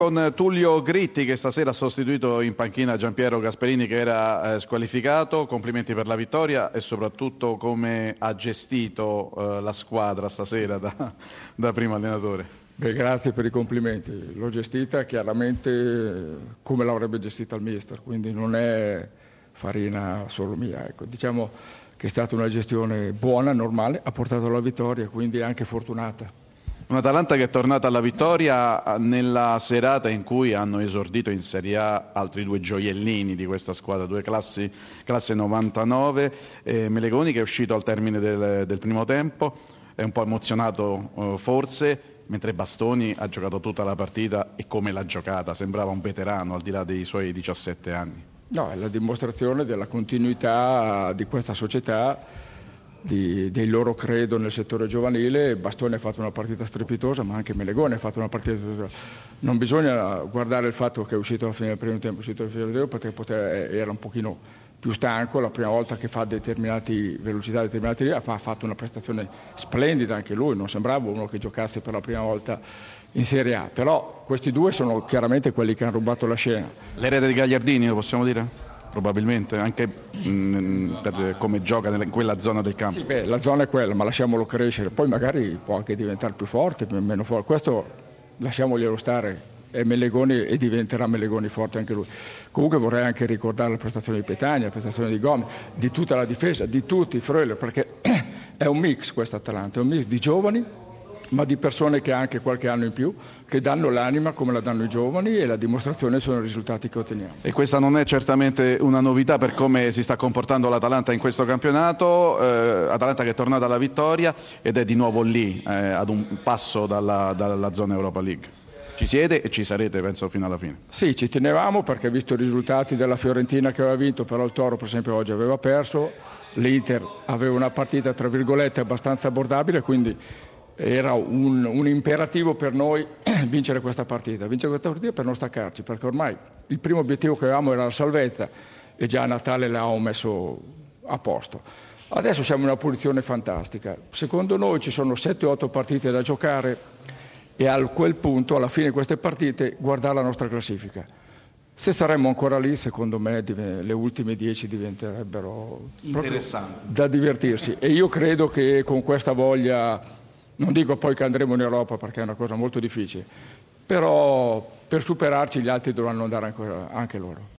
Con Tullio Gritti che stasera ha sostituito in panchina Giampiero Gasperini che era squalificato. Complimenti per la vittoria e soprattutto come ha gestito la squadra stasera da primo allenatore. Beh, grazie per i complimenti. L'ho gestita chiaramente come l'avrebbe gestita il mister, quindi non è farina solo mia. Ecco. Diciamo che è stata una gestione buona, normale, ha portato alla vittoria, quindi anche fortunata. Un'Atalanta che è tornata alla vittoria nella serata in cui hanno esordito in Serie A altri due gioiellini di questa squadra, due classe 99. Melegoni che è uscito al termine del primo tempo, è un po' emozionato forse, mentre Bastoni ha giocato tutta la partita e come l'ha giocata, sembrava un veterano al di là dei suoi 17 anni. No, è la dimostrazione della continuità di questa società, del loro credo nel settore giovanile. Bastoni ha fatto una partita strepitosa, ma anche Melegoni ha fatto una partita strepitosa. Non bisogna guardare il fatto che è uscito alla fine del primo tempo, è uscito alla fine del tempo perché era un pochino più stanco, la prima volta che fa determinati velocità, determinati ha fatto una prestazione splendida anche lui, non sembrava uno che giocasse per la prima volta in Serie A, però questi due sono chiaramente quelli che hanno rubato la scena. L'erede di Gagliardini, lo possiamo dire? Probabilmente, anche per come gioca in quella zona del campo. Sì, beh, la zona è quella, ma lasciamolo crescere, poi magari può anche diventare più forte, meno forte, questo lasciamoglielo stare, è Melegoni e diventerà Melegoni forte anche lui. Comunque vorrei anche ricordare la prestazione di Petagna, la prestazione di Gomez, di tutta la difesa, di tutti, Freuler, perché è un mix questo Atalanta, è un mix di giovani, ma di persone che hanno anche qualche anno in più, che danno l'anima come la danno i giovani, e la dimostrazione sono i risultati che otteniamo. E questa non è certamente una novità per come si sta comportando l'Atalanta in questo campionato. Atalanta che è tornata alla vittoria ed è di nuovo lì, ad un passo dalla zona Europa League. Ci siete e ci sarete, penso, fino alla fine. Sì, ci tenevamo perché visto i risultati della Fiorentina che aveva vinto, però il Toro per esempio oggi aveva perso, l'Inter aveva una partita tra virgolette abbastanza abbordabile, quindi era un imperativo per noi vincere questa partita per non staccarci, perché ormai il primo obiettivo che avevamo era la salvezza e già a Natale l'avevamo messo a posto. Adesso siamo in una posizione fantastica, secondo noi ci sono 7-8 partite da giocare e a quel punto, alla fine di queste partite, guardare la nostra classifica. Se saremmo ancora lì, secondo me le ultime 10 diventerebbero interessanti da divertirsi, e io credo che con questa voglia, non dico poi che andremo in Europa perché è una cosa molto difficile, però per superarci gli altri dovranno andare anche loro.